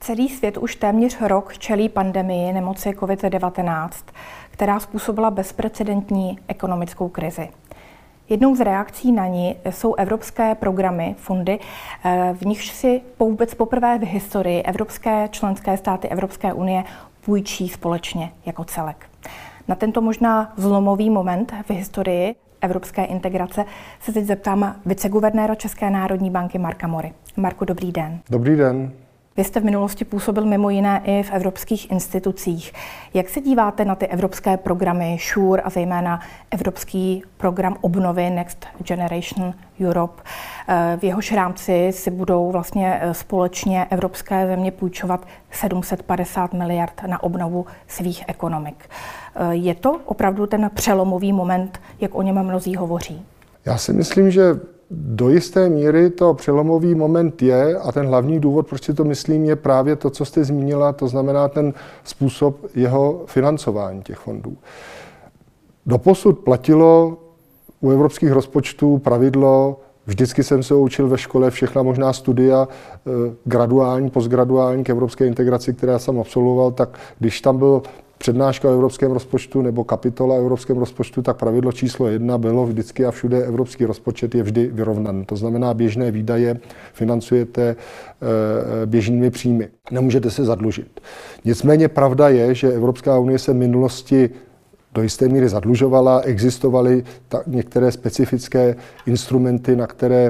Celý svět už téměř rok čelí pandemii nemoci COVID-19, která způsobila bezprecedentní ekonomickou krizi. Jednou z reakcí na ní jsou evropské programy, fondy, v nichž si vůbec poprvé v historii evropské členské státy Evropské unie půjčí společně jako celek. Na tento možná zlomový moment v historii evropské integrace se teď zeptám viceguvernéra České národní banky Marka Mory. Marku, dobrý den. Dobrý den. Vy jste v minulosti působil mimo jiné i v evropských institucích. Jak se díváte na ty evropské programy SURE a zejména evropský program obnovy Next Generation Europe? V jehož rámci si budou vlastně společně evropské země půjčovat 750 miliard na obnovu svých ekonomik. Je to opravdu ten přelomový moment, jak o něm mnozí hovoří? Já si myslím, že do jisté míry to přelomový moment je a ten hlavní důvod, proč si to myslím, je právě to, co jste zmínila, to znamená ten způsob jeho financování těch fondů. Doposud platilo u evropských rozpočtů pravidlo, vždycky jsem se učil ve škole všechna možná studia graduální, postgraduální k evropské integraci, která jsem absolvoval, tak když tam byl přednáška o evropském rozpočtu nebo kapitola o evropském rozpočtu, tak pravidlo číslo 1 bylo vždycky a všude evropský rozpočet je vždy vyrovnaný. To znamená, běžné výdaje financujete běžnými příjmy. Nemůžete se zadlužit. Nicméně pravda je, že Evropská unie se v minulosti do jisté míry zadlužovala, existovaly některé specifické instrumenty, na které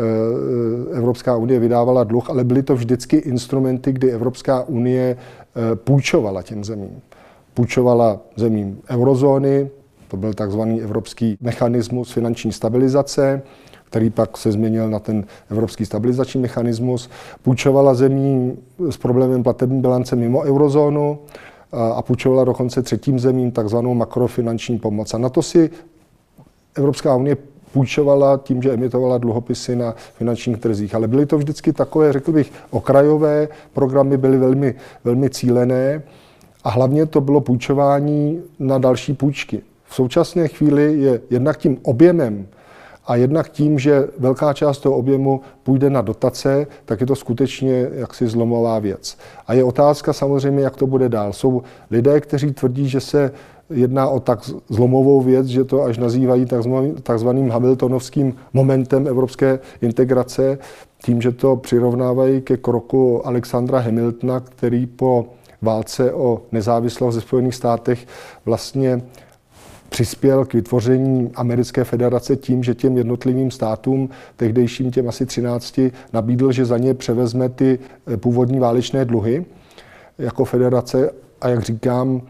Evropská unie vydávala dluh, ale byly to vždycky instrumenty, kdy Evropská unie půjčovala těm zemím. Půjčovala zemím eurozóny, to byl takzvaný evropský mechanismus finanční stabilizace, který pak se změnil na ten evropský stabilizační mechanismus. Půjčovala zemím s problémem platební bilance mimo eurozónu a půjčovala dokonce třetím zemím takzvanou makrofinanční pomoc. A na to si Evropská unie půjčovala tím, že emitovala dluhopisy na finančních trzích. Ale byly to vždycky takové, řekl bych, okrajové programy, byly velmi, velmi cílené a hlavně to bylo půjčování na další půjčky. V současné chvíli je jednak tím objemem a jednak tím, že velká část toho objemu půjde na dotace, tak je to skutečně jaksi zlomová věc. A je otázka samozřejmě, jak to bude dál. Jsou lidé, kteří tvrdí, že se jedná o tak zlomovou věc, že to až nazývají takzvaným hamiltonovským momentem evropské integrace, tím, že to přirovnávají ke kroku Alexandra Hamiltona, který po válce o nezávislost ze Spojených státech vlastně přispěl k vytvoření americké federace tím, že těm jednotlivým státům, tehdejším těm asi 13, nabídl, že za ně převezme ty původní válečné dluhy jako federace. A jak říkám,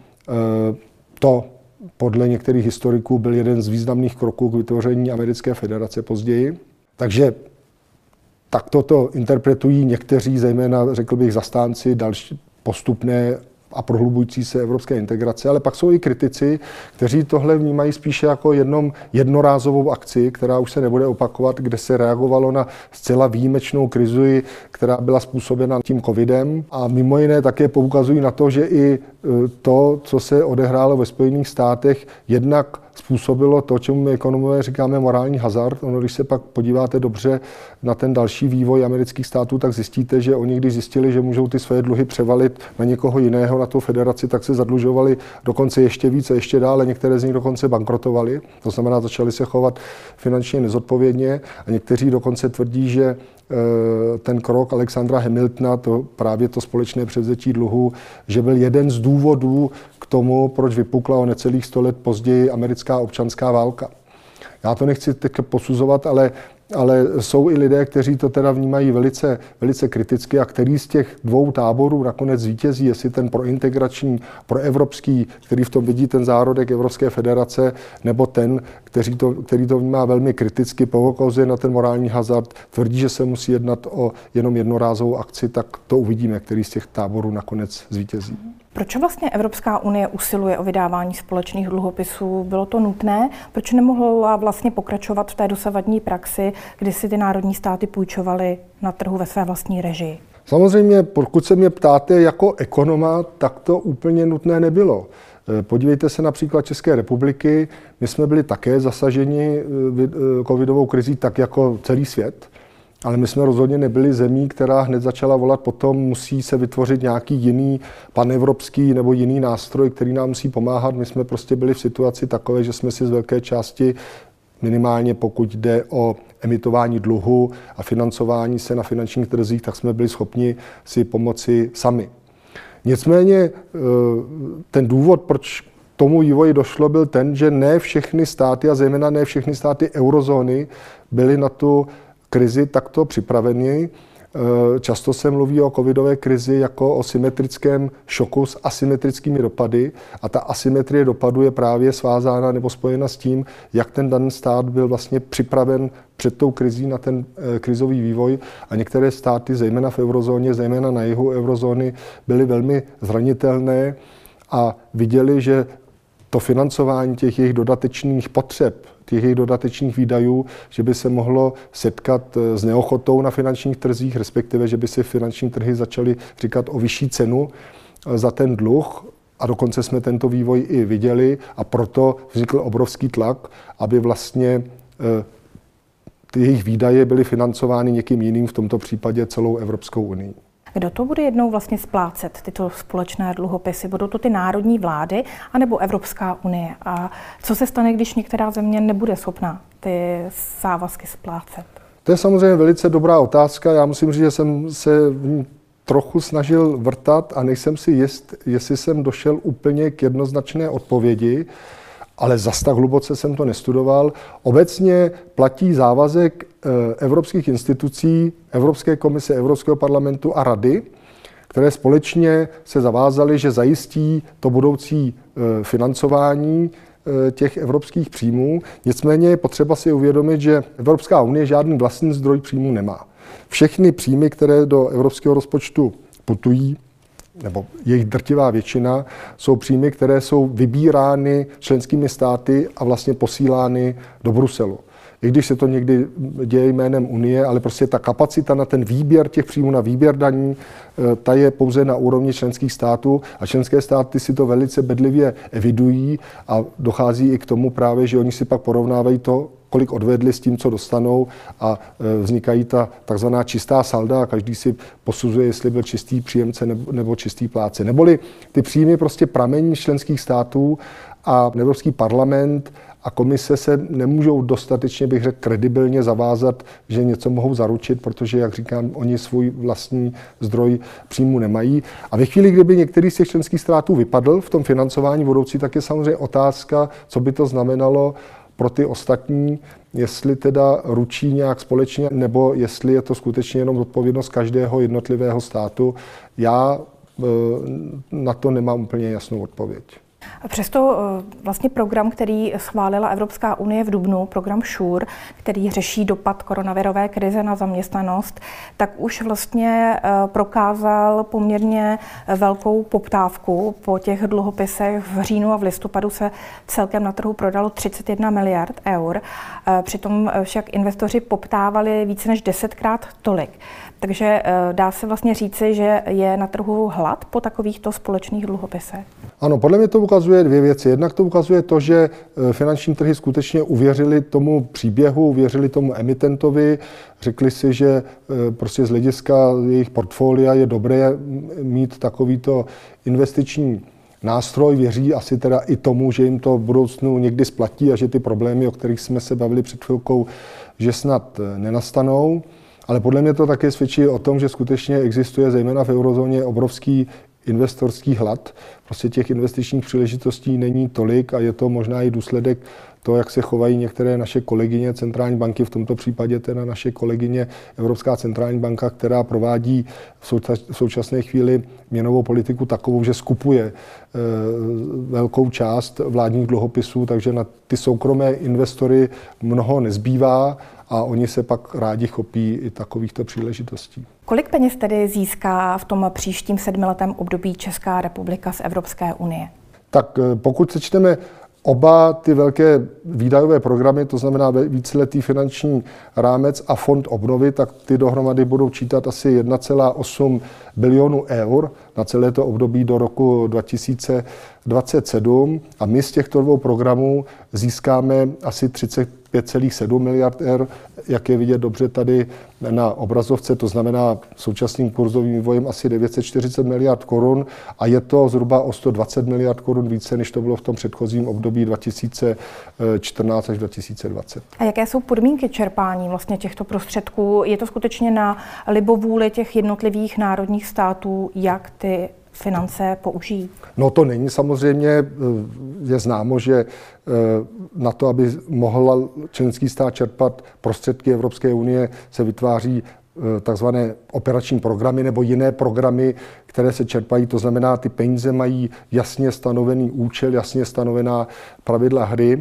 to podle některých historiků byl jeden z významných kroků k vytvoření americké federace později. Takže takto to interpretují někteří, zejména řekl bych zastánci další postupné a prohlubující se evropské integrace, ale pak jsou i kritici, kteří tohle vnímají spíše jako jednorázovou akci, která už se nebude opakovat, kde se reagovalo na zcela výjimečnou krizi, která byla způsobena tím covidem. A mimo jiné také poukazují na to, že i to, co se odehrálo ve Spojených státech, jednak způsobilo to, čemu my ekonomové říkáme morální hazard. Ono, když se pak podíváte dobře na ten další vývoj amerických států, tak zjistíte, že oni, když zjistili, že můžou ty své dluhy převalit na někoho jiného, na tu federaci, tak se zadlužovali dokonce ještě více, ještě dále. Některé z nich dokonce bankrotovali. To znamená, začali se chovat finančně nezodpovědně a někteří dokonce tvrdí, že ten krok Alexandra Hamiltona, právě to společné převzetí dluhu, že byl jeden z důvodů k tomu, proč vypukla o necelých 100 let později americká občanská válka. Já to nechci teď posuzovat, ale jsou i lidé, kteří to teda vnímají velice, velice kriticky a který z těch dvou táborů nakonec zvítězí, jestli ten prointegrační, proevropský, který v tom vidí ten zárodek Evropské federace, nebo ten, který to vnímá velmi kriticky, poukazuje na ten morální hazard, tvrdí, že se musí jednat o jenom jednorázovou akci, tak to uvidíme, který z těch táborů nakonec zvítězí. Proč vlastně Evropská unie usiluje o vydávání společných dluhopisů? Bylo to nutné? Proč nemohla vlastně pokračovat v té dosavadní praxi, kdy si ty národní státy půjčovaly na trhu ve své vlastní režii? Samozřejmě, pokud se mě ptáte jako ekonoma, tak to úplně nutné nebylo. Podívejte se například České republiky. My jsme byli také zasaženi covidovou krizí, tak jako celý svět. Ale my jsme rozhodně nebyli zemí, která hned začala volat potom, musí se vytvořit nějaký jiný panevropský nebo jiný nástroj, který nám musí pomáhat. My jsme prostě byli v situaci takové, že jsme si z velké části, minimálně pokud jde o emitování dluhu a financování se na finančních trzích, tak jsme byli schopni si pomoci sami. Nicméně ten důvod, proč tomu vývoji došlo, byl ten, že ne všechny státy, a zejména ne všechny státy eurozóny, byly na tu krizi takto připraveny. Často se mluví o covidové krizi jako o symetrickém šoku s asymetrickými dopady a ta asymetrie dopadu je právě svázána nebo spojena s tím, jak ten daný stát byl vlastně připraven před tou krizí na ten krizový vývoj a některé státy, zejména v eurozóně, zejména na jihu eurozóny, byly velmi zranitelné a viděli, že to financování těch jejich dodatečných potřeb, těch jejich dodatečných výdajů, že by se mohlo setkat s neochotou na finančních trzích, respektive, že by si finanční trhy začaly říkat o vyšší cenu za ten dluh. A dokonce jsme tento vývoj i viděli a proto vznikl obrovský tlak, aby vlastně ty jejich výdaje byly financovány někým jiným, v tomto případě celou Evropskou unii. Kdo to bude jednou vlastně splácet, tyto společné dluhopisy? Budou to ty národní vlády anebo Evropská unie? A co se stane, když některá země nebude schopna ty závazky splácet? To je samozřejmě velice dobrá otázka. Já musím říct, že jsem se v ní trochu snažil vrtat a nejsem si jist, jestli jsem došel úplně k jednoznačné odpovědi, ale zas tak hluboce jsem to nestudoval. Obecně platí závazek evropských institucí, Evropské komise, Evropského parlamentu a Rady, které společně se zavázaly, že zajistí to budoucí financování těch evropských příjmů. Nicméně je potřeba si uvědomit, že Evropská unie žádný vlastní zdroj příjmů nemá. Všechny příjmy, které do evropského rozpočtu putují, nebo jejich drtivá většina, jsou příjmy, které jsou vybírány členskými státy a vlastně posílány do Bruselu. I když se to někdy děje jménem Unie, ale prostě ta kapacita na ten výběr těch příjmů, na výběr daní, ta je pouze na úrovni členských států a členské státy si to velice bedlivě evidují a dochází i k tomu právě, že oni si pak porovnávají to, kolik odvedli s tím, co dostanou a vznikají ta takzvaná čistá salda a každý si posuzuje, jestli byl čistý příjemce nebo čistý plátce. Neboli ty příjmy prostě pramení členských států a Evropský parlament a komise se nemůžou dostatečně, bych řekl, kredibilně zavázat, že něco mohou zaručit, protože, jak říkám, oni svůj vlastní zdroj příjmu nemají. A ve chvíli, kdyby některý z těch členských států vypadl v tom financování budoucí, tak je samozřejmě otázka, co by to znamenalo pro ty ostatní, jestli teda ručí nějak společně, nebo jestli je to skutečně jenom odpovědnost každého jednotlivého státu. Já na to nemám úplně jasnou odpověď. Přesto vlastně program, který schválila Evropská unie v dubnu, program SURE, který řeší dopad koronavirové krize na zaměstnanost, tak už vlastně prokázal poměrně velkou poptávku po těch dluhopisech. V říjnu a v listopadu se celkem na trhu prodalo 31 miliard eur. Přitom však investoři poptávali více než 10krát tolik. Takže dá se vlastně říci, že je na trhu hlad po takovýchto společných dluhopisech? Ano, podle mě to ukazuje dvě věci. Jednak to ukazuje to, že finanční trhy skutečně uvěřili tomu příběhu, uvěřili tomu emitentovi, řekli si, že prostě z hlediska jejich portfolia je dobré mít takovýto investiční nástroj, věří asi teda i tomu, že jim to v budoucnu někdy splatí a že ty problémy, o kterých jsme se bavili před chvilkou, že snad nenastanou. Ale podle mě to také svědčí o tom, že skutečně existuje zejména v eurozóně obrovský investorský hlad. Prostě těch investičních příležitostí není tolik a je to možná i důsledek toho, jak se chovají některé naše kolegyně centrální banky, v tomto případě teda naše kolegyně Evropská centrální banka, která provádí v současné chvíli měnovou politiku takovou, že skupuje velkou část vládních dluhopisů, takže na ty soukromé investory mnoho nezbývá a oni se pak rádi chopí i takovýchto příležitostí. Kolik peněz tedy získá v tom příštím 7letém období Česká republika z Evropské unie? Tak pokud sečteme oba ty velké výdajové programy, to znamená víceletý finanční rámec a fond obnovy, tak ty dohromady budou čítat asi 1,8 bilionu eur na celé to období do roku 2027. A my z těchto dvou programů získáme asi 5,7 miliard eur, jak je vidět dobře tady na obrazovce, to znamená současným kurzovým vývojem asi 940 miliard korun a je to zhruba o 120 miliard korun více, než to bylo v tom předchozím období 2014 až 2020. A jaké jsou podmínky čerpání vlastně těchto prostředků? Je to skutečně na libovůli těch jednotlivých národních států, jak ty finance použijí? No to není samozřejmě, je známo, že na to, aby mohl členský stát čerpat prostředky Evropské unie, se vytváří takzvané operační programy nebo jiné programy, které se čerpají. To znamená, ty peníze mají jasně stanovený účel, jasně stanovená pravidla hry.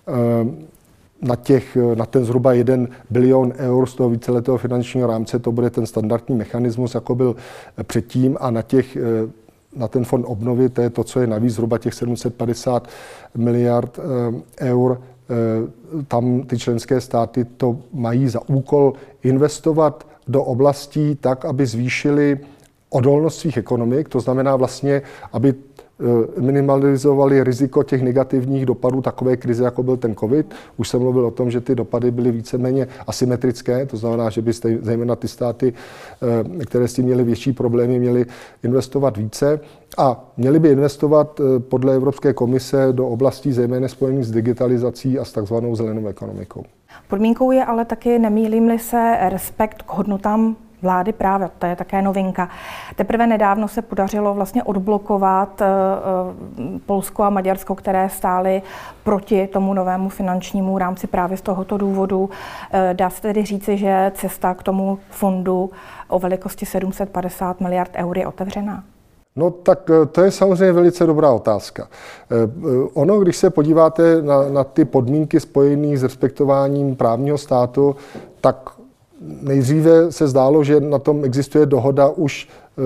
Na ten zhruba 1 bilion eur z toho víceletého finančního rámce to bude ten standardní mechanismus, jako byl předtím, a na ten fond obnovy, to je to, co je navíc, zhruba těch 750 miliard eur. Tam ty členské státy to mají za úkol investovat do oblastí tak, aby zvýšili odolnost svých ekonomik, to znamená vlastně, aby minimalizovali riziko těch negativních dopadů takové krize, jako byl ten COVID. Už jsem mluvil o tom, že ty dopady byly víceméně asymetrické, to znamená, že by zejména ty státy, které s tím měly větší problémy, měly investovat více a měly by investovat podle Evropské komise do oblastí zejména spojených s digitalizací a s takzvanou zelenou ekonomikou. Podmínkou je ale taky, nemýlím-li se, respekt k hodnotám vlády práva, to je také novinka. Teprve nedávno se podařilo vlastně odblokovat Polsko a Maďarsko, které stály proti tomu novému finančnímu rámci právě z tohoto důvodu. Dá se tedy říci, že cesta k tomu fondu o velikosti 750 miliard eur je otevřená? No tak to je samozřejmě velice dobrá otázka. Ono, když se podíváte na ty podmínky spojené s respektováním právního státu, tak nejdříve se zdálo, že na tom existuje dohoda už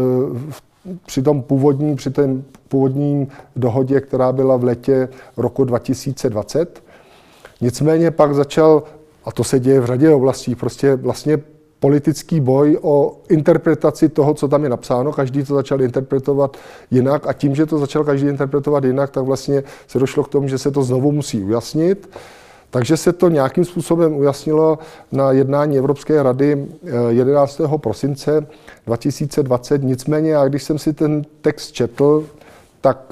při té původním dohodě, která byla v létě roku 2020. Nicméně pak začal, a to se děje v řadě oblastí, prostě vlastně politický boj o interpretaci toho, co tam je napsáno. Každý to začal interpretovat jinak a tím, že to začal každý interpretovat jinak, tak vlastně se došlo k tomu, že se to znovu musí ujasnit. Takže se to nějakým způsobem ujasnilo na jednání Evropské rady 11. prosince 2020. Nicméně, já když jsem si ten text četl, tak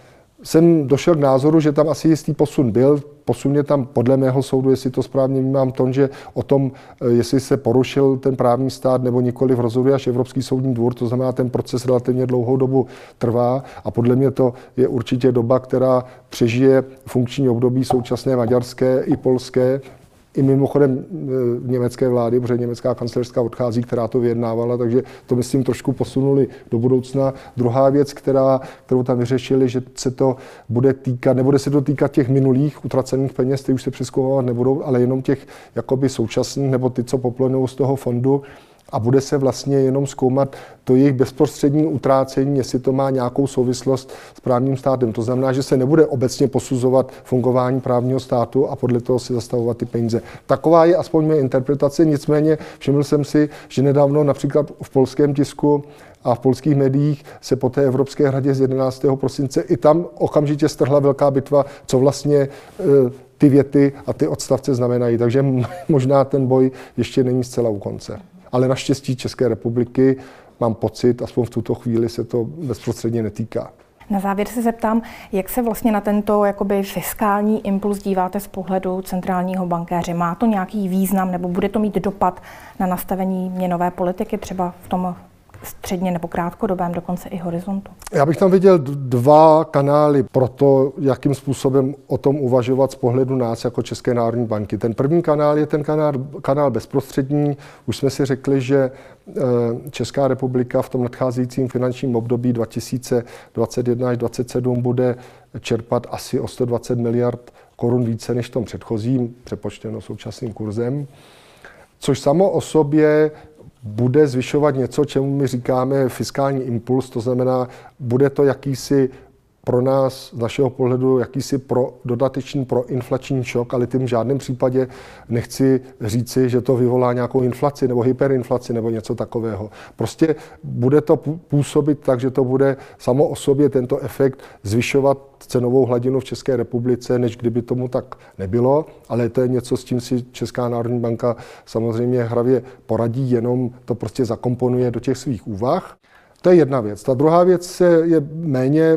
jsem došel k názoru, že tam asi jistý posun byl. Posun je tam podle mého soudu, jestli to správně vnímám, že o tom, jestli se porušil ten právní stát nebo nikoliv, rozhoduje až Evropský soudní dvůr, to znamená, ten proces relativně dlouhou dobu trvá a podle mě to je určitě doba, která přežije funkční období současné maďarské i polské, i mimochodem německé vlády, protože německá kancléřka odchází, která to vyjednávala, takže to myslím trošku posunuli do budoucna. Druhá věc, kterou tam vyřešili, že se to bude týkat, nebude se to týkat těch minulých utracených peněz, ty už se přezkoumávat nebudou, ale jenom těch jakoby současných nebo ty, co poplynou z toho fondu. A bude se vlastně jenom zkoumat to jejich bezprostřední utrácení, jestli to má nějakou souvislost s právním státem. To znamená, že se nebude obecně posuzovat fungování právního státu a podle toho si zastavovat ty peníze. Taková je aspoň moje interpretace, nicméně všiml jsem si, že nedávno například v polském tisku a v polských médiích se po té Evropské radě z 11. prosince i tam okamžitě strhla velká bitva, co vlastně ty věty a ty odstavce znamenají. Takže možná ten boj ještě není zcela u konce. Ale naštěstí České republiky, mám pocit, aspoň v tuto chvíli se to bezprostředně netýká. Na závěr se zeptám, jak se vlastně na tento jakoby fiskální impuls díváte z pohledu centrálního bankéře? Má to nějaký význam nebo bude to mít dopad na nastavení měnové politiky třeba v tom středně nebo krátkodobém, dokonce i horizontu? Já bych tam viděl dva kanály pro to, jakým způsobem o tom uvažovat z pohledu nás jako České národní banky. Ten první kanál je ten kanál bezprostřední. Už jsme si řekli, že Česká republika v tom nadcházejícím finančním období 2021 až 2027 bude čerpat asi o 120 miliard korun více než v tom předchozím, přepočteno současným kurzem, což samo o sobě bude zvyšovat něco, čemu my říkáme fiskální impuls, to znamená, bude to jakýsi pro nás z našeho pohledu jakýsi dodatečný proinflační šok, ale tím v žádném případě nechci říci, že to vyvolá nějakou inflaci nebo hyperinflaci nebo něco takového. Prostě bude to působit tak, že to bude samo o sobě tento efekt zvyšovat cenovou hladinu v České republice, než kdyby tomu tak nebylo, ale to je něco, s tím si Česká národní banka samozřejmě hravě poradí, jenom to prostě zakomponuje do těch svých úvah. To je jedna věc. Ta druhá věc je méně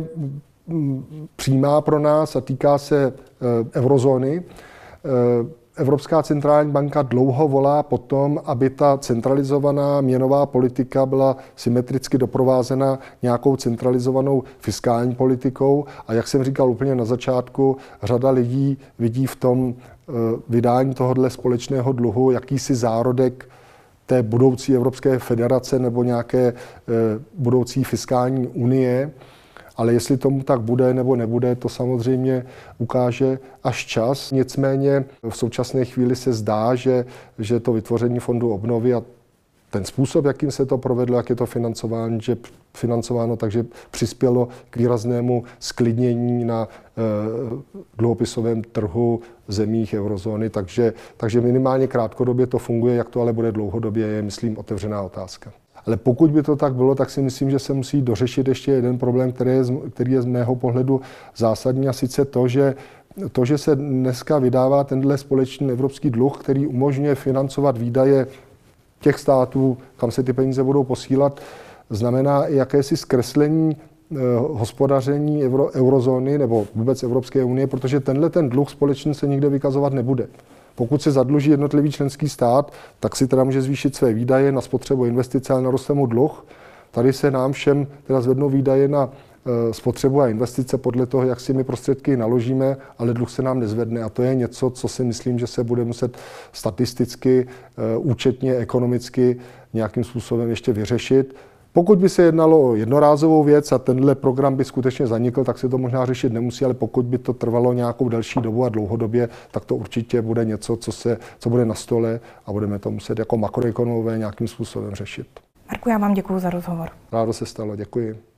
přímá pro nás a týká se eurozóny. Evropská centrální banka dlouho volá po tom, aby ta centralizovaná měnová politika byla symetricky doprovázena nějakou centralizovanou fiskální politikou. A jak jsem říkal úplně na začátku, řada lidí vidí v tom vydání tohohle společného dluhu jakýsi zárodek té budoucí Evropské federace nebo nějaké budoucí fiskální unie. Ale jestli tomu tak bude nebo nebude, to samozřejmě ukáže až čas. Nicméně v současné chvíli se zdá, že to vytvoření fondu obnovy a ten způsob, jakým se to provedlo, jak je to financováno, takže přispělo k výraznému sklidnění na dluhopisovém trhu v zemích eurozóny. Takže minimálně krátkodobě to funguje, jak to ale bude dlouhodobě, je, myslím, otevřená otázka. Ale pokud by to tak bylo, tak si myslím, že se musí dořešit ještě jeden problém, který je z mého pohledu zásadní, a sice to, že se dneska vydává tenhle společný evropský dluh, který umožňuje financovat výdaje těch států, kam se ty peníze budou posílat, znamená i jakési zkreslení hospodaření eurozóny nebo vůbec Evropské unie, protože ten dluh společný se nikde vykazovat nebude. Pokud se zadluží jednotlivý členský stát, tak si teda může zvýšit své výdaje na spotřebu investice, ale naroste mu dluh. Tady se nám všem teda zvednou výdaje na spotřebu a investice podle toho, jak si my prostředky naložíme, ale dluh se nám nezvedne. A to je něco, co si myslím, že se bude muset statisticky, účetně, ekonomicky nějakým způsobem ještě vyřešit. Pokud by se jednalo o jednorázovou věc a tenhle program by skutečně zanikl, tak se to možná řešit nemusí, ale pokud by to trvalo nějakou delší dobu a dlouhodobě, tak to určitě bude něco, co bude na stole a budeme to muset jako makroekonomové nějakým způsobem řešit. Marku, já vám děkuji za rozhovor. Rádo se stalo, děkuji.